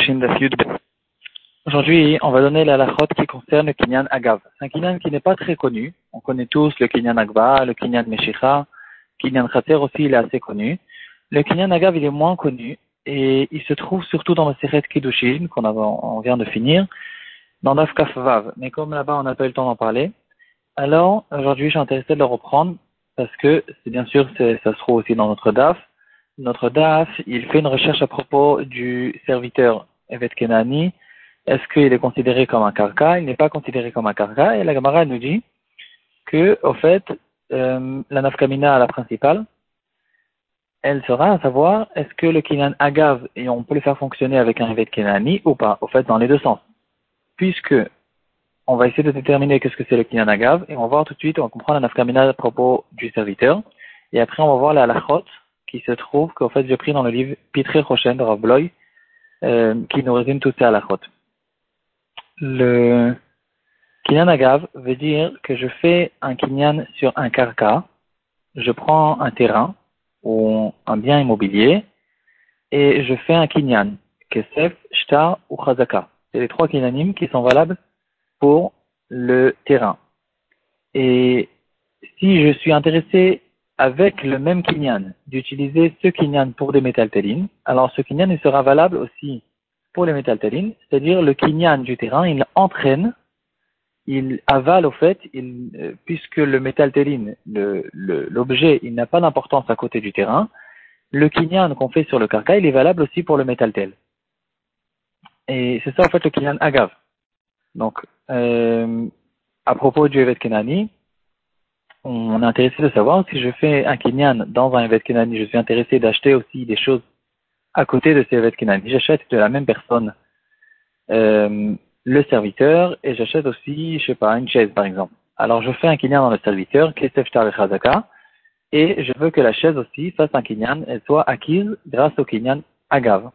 Kiddushin Daf Yud Bet. Aujourd'hui, on va donner la halachot qui concerne le Kinyan Agav. C'est un Kinyan qui n'est pas très connu. On connaît tous le Kinyan Agba, le Kinyan Meshicha, Kinyan Khater aussi, il est assez connu. Le Kinyan Agav, il est moins connu et il se trouve surtout dans le Sechet Kiddushin on vient de finir, dans Daf Kaf Vav. Mais comme là-bas, on n'a pas eu le temps d'en parler, alors aujourd'hui, je suis intéressé de le reprendre parce que, c'est bien sûr, ça se trouve aussi dans notre Daf. Notre Daf, il fait une recherche à propos du serviteur Evet Kenani. Est-ce qu'il est considéré comme un karka? Il n'est pas considéré comme un karka. Et la Gemara nous dit que, au fait, la nafkamina, la principale, elle sera à savoir, est-ce que le Kinyan Agav, et on peut le faire fonctionner avec un Evet Kenani ou pas? Au fait, dans les deux sens. Puisque, on va essayer de déterminer qu'est-ce que c'est le Kinyan Agav, et on va voir tout de suite, on va comprendre la nafkamina à propos du serviteur. Et après, on va voir la halachot, qui se trouve qu'en fait j'ai pris dans le livre Pitré Rochen de Rav Bloy, qui nous résume toutes ces halachot. Le Kinyan Agav veut dire que je fais un Kinyan sur un karka, je prends un terrain ou un bien immobilier et je fais un Kinyan, Kesef, Shtar ou Chazaka. C'est les trois Kinyanim qui sont valables pour le terrain. Et si je suis intéressé avec le même kinyan, d'utiliser ce kinyan pour des métaltélines, alors ce kinyan il sera valable aussi pour les métaltélines, c'est-à-dire le kinyan du terrain, il entraîne, il avale au fait, puisque le métaltéline, l'objet, il n'a pas d'importance à côté du terrain, le kinyan qu'on fait sur le karka, il est valable aussi pour le métaltel. Et c'est ça en fait le kinyan agav. Donc, à propos du Evet Kenani, on est intéressé de savoir si je fais un kinyan dans un Evet Kenani, je suis intéressé d'acheter aussi des choses à côté de ces Evet Kenani. J'achète de la même personne le serviteur et j'achète aussi, je sais pas, une chaise par exemple. Alors je fais un kinyan dans le serviteur, Kesef Shtar et Chazaka, et je veux que la chaise aussi fasse un kinyan, elle soit acquise grâce au kinyan Agav.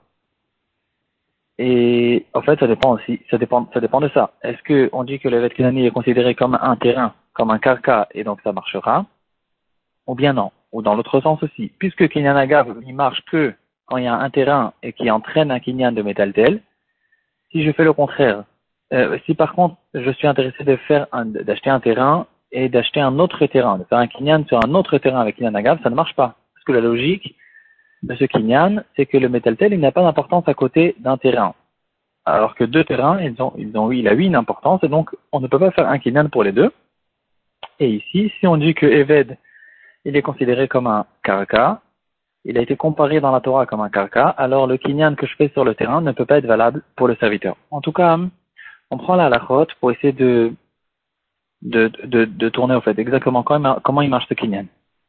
Et en fait, ça dépend de ça. Est-ce que on dit que le Evet Kenani est considéré comme un terrain, comme un karka, et donc ça marchera, ou bien non, ou dans l'autre sens aussi. Puisque Kinyan Agav, il marche que quand il y a un terrain et qui entraîne un Kinyan de métal tel, si je fais le contraire, si par contre je suis intéressé d'acheter un terrain et d'acheter un autre terrain, de faire un Kinyan sur un autre terrain avec Kinyan Agav, ça ne marche pas. Parce que la logique de ce Kinyan, c'est que le métal tel, il n'a pas d'importance à côté d'un terrain. Alors que deux terrains, il a une importance, et donc on ne peut pas faire un Kinyan pour les deux. Et ici, si on dit que Eved, il est considéré comme un karka, il a été comparé dans la Torah comme un karka, alors le Kinyan que je fais sur le terrain ne peut pas être valable pour le serviteur. En tout cas, on prend la halachot pour essayer de tourner au fait exactement comment il marche ce Kinyan.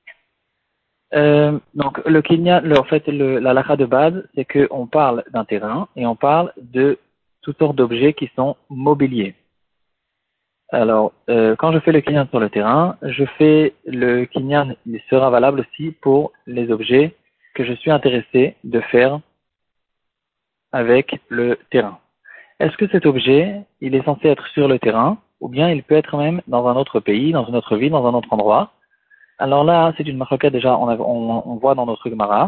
Donc le Kinyan, la halakha de base, c'est qu'on parle d'un terrain et on parle de toutes sortes d'objets qui sont mobiliers. Alors, quand je fais le kinyan sur le terrain, je fais le kinyan, il sera valable aussi pour les objets que je suis intéressé de faire avec le terrain. Est-ce que cet objet, il est censé être sur le terrain, ou bien il peut être même dans un autre pays, dans une autre ville, dans un autre endroit? Alors là, c'est une marquette déjà, on voit dans notre Gemara.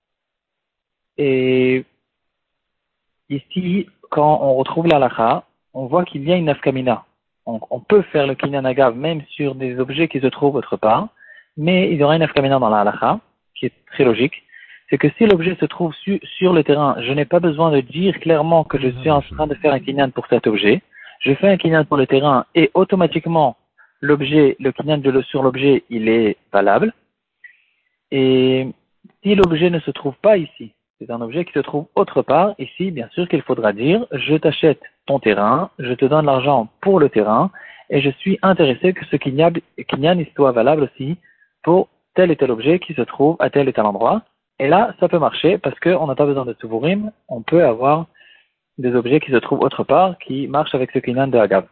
Et ici, quand on retrouve la halakha, on voit qu'il y a une nafkamina. On peut faire le kinyan agav même sur des objets qui se trouvent autre part, mais il y aura une nafkamina dans la halakha, qui est très logique. C'est que si l'objet se trouve sur le terrain, je n'ai pas besoin de dire clairement que je suis en train de faire un kinyan pour cet objet. Je fais un kinyan pour le terrain et automatiquement, le kinyan sur l'objet, il est valable. Et si l'objet ne se trouve pas ici, c'est un objet qui se trouve autre part, ici, bien sûr qu'il faudra dire, je t'achète ton terrain, je te donne l'argent pour le terrain, et je suis intéressé que ce kinyan soit valable aussi pour tel et tel objet qui se trouve à tel et tel endroit. Et là, ça peut marcher parce qu'on n'a pas besoin de tzuvurim, on peut avoir des objets qui se trouvent autre part qui marchent avec ce kinyan de Agav.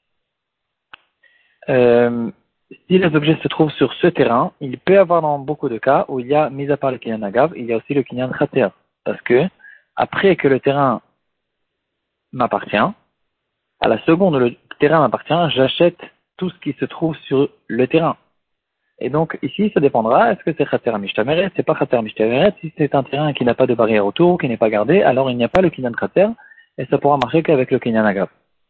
Si les objets se trouvent sur ce terrain, il peut y avoir dans beaucoup de cas où il y a, mis à part le kinyan Agav, il y a aussi le kinyan Khater. Parce que, après que le terrain m'appartient, à la seconde où le terrain m'appartient, j'achète tout ce qui se trouve sur le terrain. Et donc, ici, ça dépendra, est-ce que c'est Khater Mishtameret, c'est pas Khater Mishtameret, si c'est un terrain qui n'a pas de barrière autour, qui n'est pas gardé, alors il n'y a pas le kinyan Khater, et ça pourra marcher qu'avec le kinyan agav.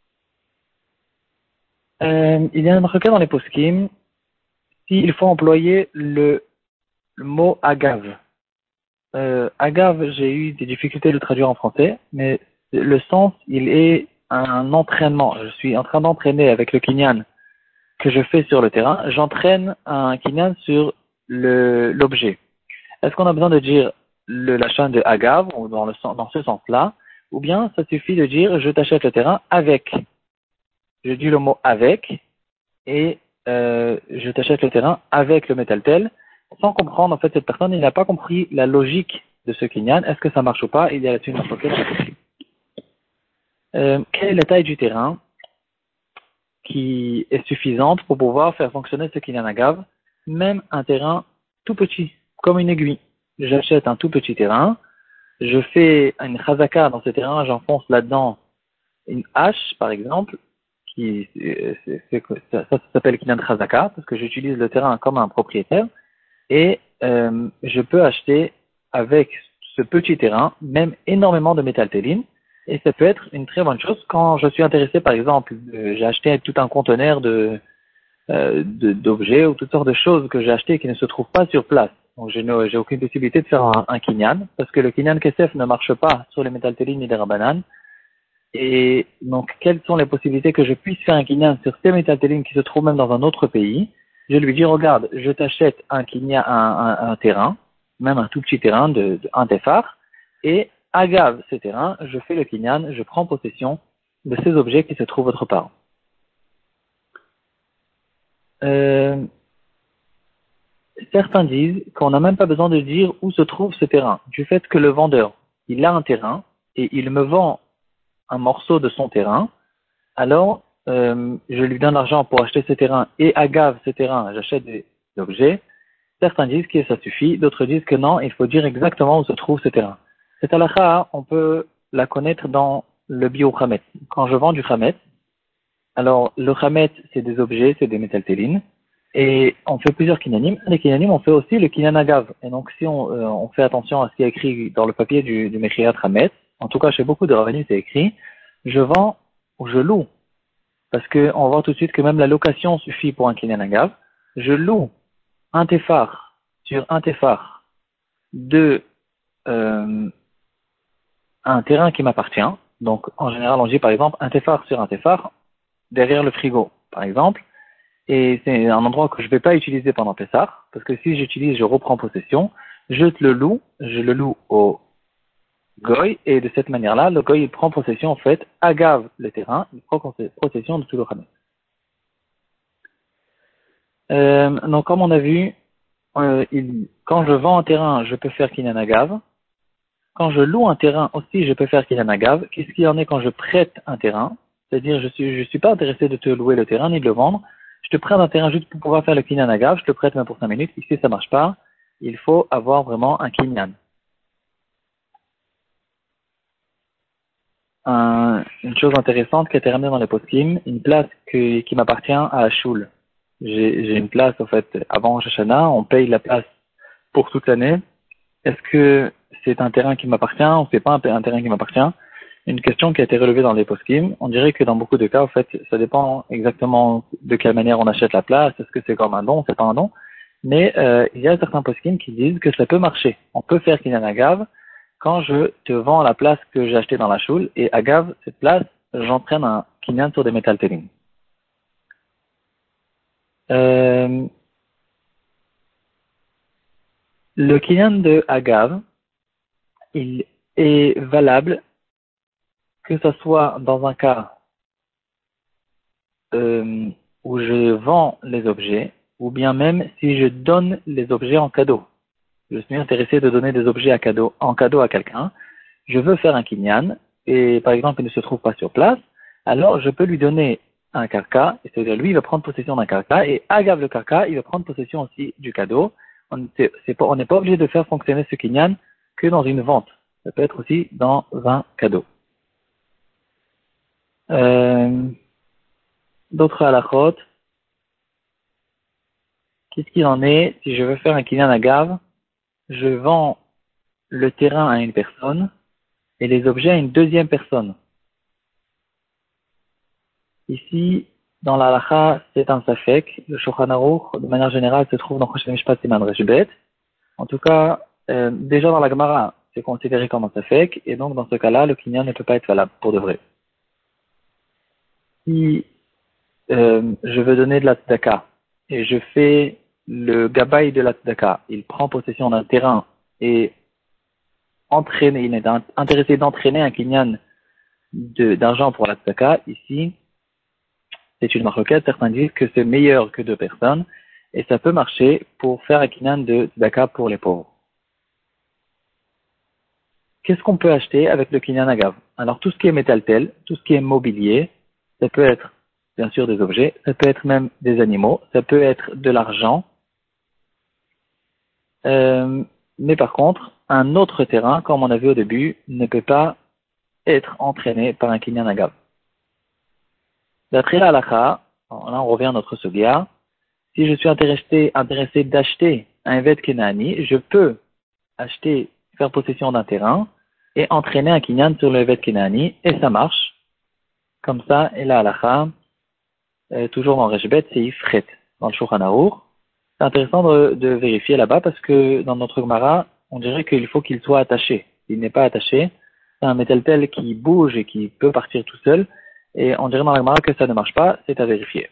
Il y a un marqué dans les poskim s'il faut employer le mot agav. Agav, j'ai eu des difficultés de le traduire en français, mais le sens, il est un entraînement. Je suis en train d'entraîner avec le kinyan que je fais sur le terrain. J'entraîne un kinyan sur l'objet. Est-ce qu'on a besoin de dire le lachan de agav, ou dans ce sens-là, ou bien ça suffit de dire je t'achète le terrain avec. Je dis le mot avec, et je t'achète le terrain avec le métaltel, sans comprendre, en fait, cette personne, il n'a pas compris la logique de ce kinyan. Est-ce que ça marche ou pas? Il y a là-dessus une requête. Quelle est la taille du terrain qui est suffisante pour pouvoir faire fonctionner ce kinyan agav? Même un terrain tout petit, comme une aiguille. J'achète un tout petit terrain, je fais une chazaka dans ce terrain, j'enfonce là-dedans une hache, par exemple, ça s'appelle kinyan chazaka, parce que j'utilise le terrain comme un propriétaire, et je peux acheter avec ce petit terrain même énormément de métaltéline, et ça peut être une très bonne chose quand je suis intéressé, par exemple, j'ai acheté tout un conteneur d'objets ou toutes sortes de choses que j'ai achetées qui ne se trouvent pas sur place. Donc j'ai aucune possibilité de faire un kinyan, parce que le kinyan kesef ne marche pas sur les métaltéline ni les rabanan. Et donc, quelles sont les possibilités que je puisse faire un kinyan sur ces métaltéline qui se trouvent même dans un autre pays? Je lui dis, regarde, je t'achète un kinyan, un terrain, même un tout petit terrain un tefar, et agave ce terrain, je fais le kinyan, je prends possession de ces objets qui se trouvent autre part. Certains disent qu'on n'a même pas besoin de dire où se trouve ce terrain, du fait que le vendeur, il a un terrain, et il me vend un morceau de son terrain, alors je lui donne l'argent pour acheter ce terrain et agave ce terrain, j'achète des objets. Certains disent que ça suffit, d'autres disent que non, il faut dire exactement où se trouve ce terrain. Cette halakha, on peut la connaître dans le bio-chametz. Quand je vends du chametz, alors le chametz, c'est des objets, c'est des métaltélines, et on fait plusieurs kinyanim. Les kinyanim, on fait aussi le kinyan agav. Et donc si on fait attention à ce qui est écrit dans le papier du Mechiyat Chametz, en tout cas chez beaucoup de rabbanim c'est écrit, je vends ou je loue. Parce que on voit tout de suite que même la location suffit pour un kinyan agav. Je loue un tefar sur un tefar de un terrain qui m'appartient. Donc en général on dit par exemple un tefar sur un tefar derrière le frigo par exemple. Et c'est un endroit que je ne vais pas utiliser pendant Pessah, parce que si j'utilise, je reprends possession, je le loue au goy, et de cette manière-là, le goy il prend possession, en fait, agave le terrain, il prend possession de tout le chametz. Donc, comme on a vu, quand je vends un terrain, je peux faire kinyan agave. Quand je loue un terrain aussi, je peux faire kinyan agave. Qu'est-ce qu'il y en est quand je prête un terrain? C'est-à-dire, je suis pas intéressé de te louer le terrain, ni de le vendre. Je te prête un terrain juste pour pouvoir faire le kinyan agave, je te prête même pour 5 minutes. Ici, ça marche pas. Il faut avoir vraiment un kinyan. Une chose intéressante qui a été ramenée dans les poskim, une place qui m'appartient à Shul. J'ai une place, en fait, avant Rosh Hashanah, on paye la place pour toute l'année. Est-ce que c'est un terrain qui m'appartient ou c'est pas un terrain qui m'appartient? Une question qui a été relevée dans les poskim. On dirait que dans beaucoup de cas, en fait, ça dépend exactement de quelle manière on achète la place. Est-ce que c'est comme un don, c'est pas un don? Mais il y a certains poskim qui disent que ça peut marcher. On peut faire kinyan agav quand je te vends la place que j'ai achetée dans la choule et agav, cette place, j'entraîne un kinyan sur des métaltéline. Le kinyan de agav, il est valable que ce soit dans un cas où je vends les objets, ou bien même si je donne les objets en cadeau. Je suis intéressé de donner des objets en cadeau à quelqu'un. Je veux faire un kinyan, et par exemple il ne se trouve pas sur place, alors je peux lui donner un karka, c'est-à-dire lui il va prendre possession d'un karka, et agav le karka, il va prendre possession aussi du cadeau. On n'est pas obligé de faire fonctionner ce kinyan que dans une vente. Ça peut être aussi dans un cadeau. D'autres halachot. Qu'est-ce qu'il en est si je veux faire un kinyan agav? Je vends le terrain à une personne et les objets à une deuxième personne. Ici, dans la halakha, c'est un safek. Le Shulchan Aruch, de manière générale, se trouve dans Choshen Mishpat Siman Resh Bet. En tout cas, déjà dans la Gemara, c'est considéré comme un safek, et donc dans ce cas-là, le kinyan ne peut pas être valable pour de vrai. Si je veux donner de la tzedaka, et je fais le gabaï de la tzedaka, il prend possession d'un terrain et il est intéressé d'entraîner un kinyan d'argent pour la tzedaka, ici, c'est une marquette, certains disent que c'est meilleur que deux personnes, et ça peut marcher pour faire un kinyan de tzedaka pour les pauvres. Qu'est-ce qu'on peut acheter avec le kinyan agav? Alors tout ce qui est métal-tel, tout ce qui est mobilier, ça peut être bien sûr des objets, ça peut être même des animaux, ça peut être de l'argent, mais par contre, un autre terrain, comme on a vu au début, ne peut pas être entraîné par un kinyan agav. D'après la halakha, là on revient à notre sugya, si je suis intéressé d'acheter un evet kenani, je peux faire possession d'un terrain et entraîner un kinyan sur le evet kenani, et ça marche. Comme ça, et la halakha, toujours dans Reshbet, c'est Ifret, dans le Shulchan Aruch. C'est intéressant de vérifier là-bas parce que dans notre Gemara, on dirait qu'il faut qu'il soit attaché. S'il n'est pas attaché, c'est un métal tel qui bouge et qui peut partir tout seul. Et on dirait dans la Gemara que ça ne marche pas, c'est à vérifier.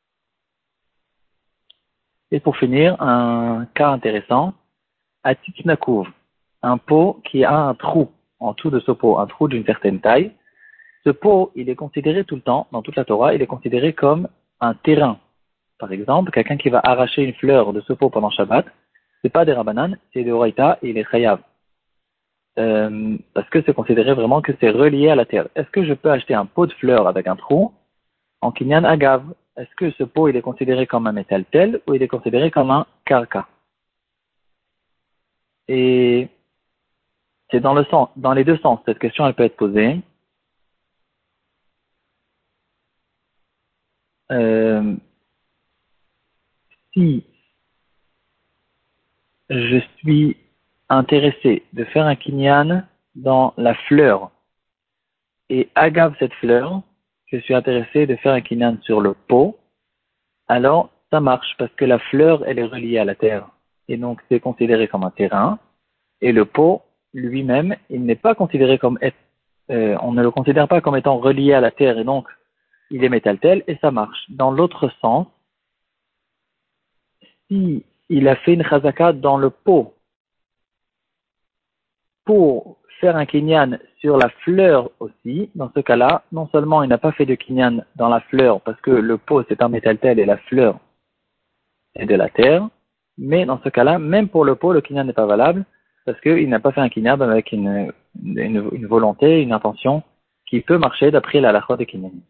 Et pour finir, un cas intéressant, Atik Nakouv, un pot qui a un trou en dessous de ce pot, un trou d'une certaine taille. Ce pot, il est considéré tout le temps, dans toute la Torah, il est considéré comme un terrain. Par exemple, quelqu'un qui va arracher une fleur de ce pot pendant Shabbat, c'est pas des Rabbanan, c'est des Oraïta et il est Chayav. Parce que c'est considéré vraiment que c'est relié à la terre. Est-ce que je peux acheter un pot de fleurs avec un trou en Kinyan Agav? Est-ce que ce pot il est considéré comme un métal tel ou il est considéré comme un karka? Et c'est dans les deux sens, cette question elle peut être posée. Si je suis intéressé de faire un kinyan dans la fleur et agave cette fleur, je suis intéressé de faire un kinyan sur le pot, alors ça marche parce que la fleur elle est reliée à la terre et donc c'est considéré comme un terrain et le pot lui-même il n'est pas considéré comme on ne le considère pas comme étant relié à la terre et donc il est métal tel et ça marche. Dans l'autre sens, si il a fait une chazaka dans le pot pour faire un kinyan sur la fleur aussi, dans ce cas-là, non seulement il n'a pas fait de kinyan dans la fleur parce que le pot c'est un métal tel et la fleur est de la terre, mais dans ce cas-là, même pour le pot, le kinyan n'est pas valable parce qu'il n'a pas fait un kinyan avec une volonté, une intention qui peut marcher d'après la halakha de kinyan.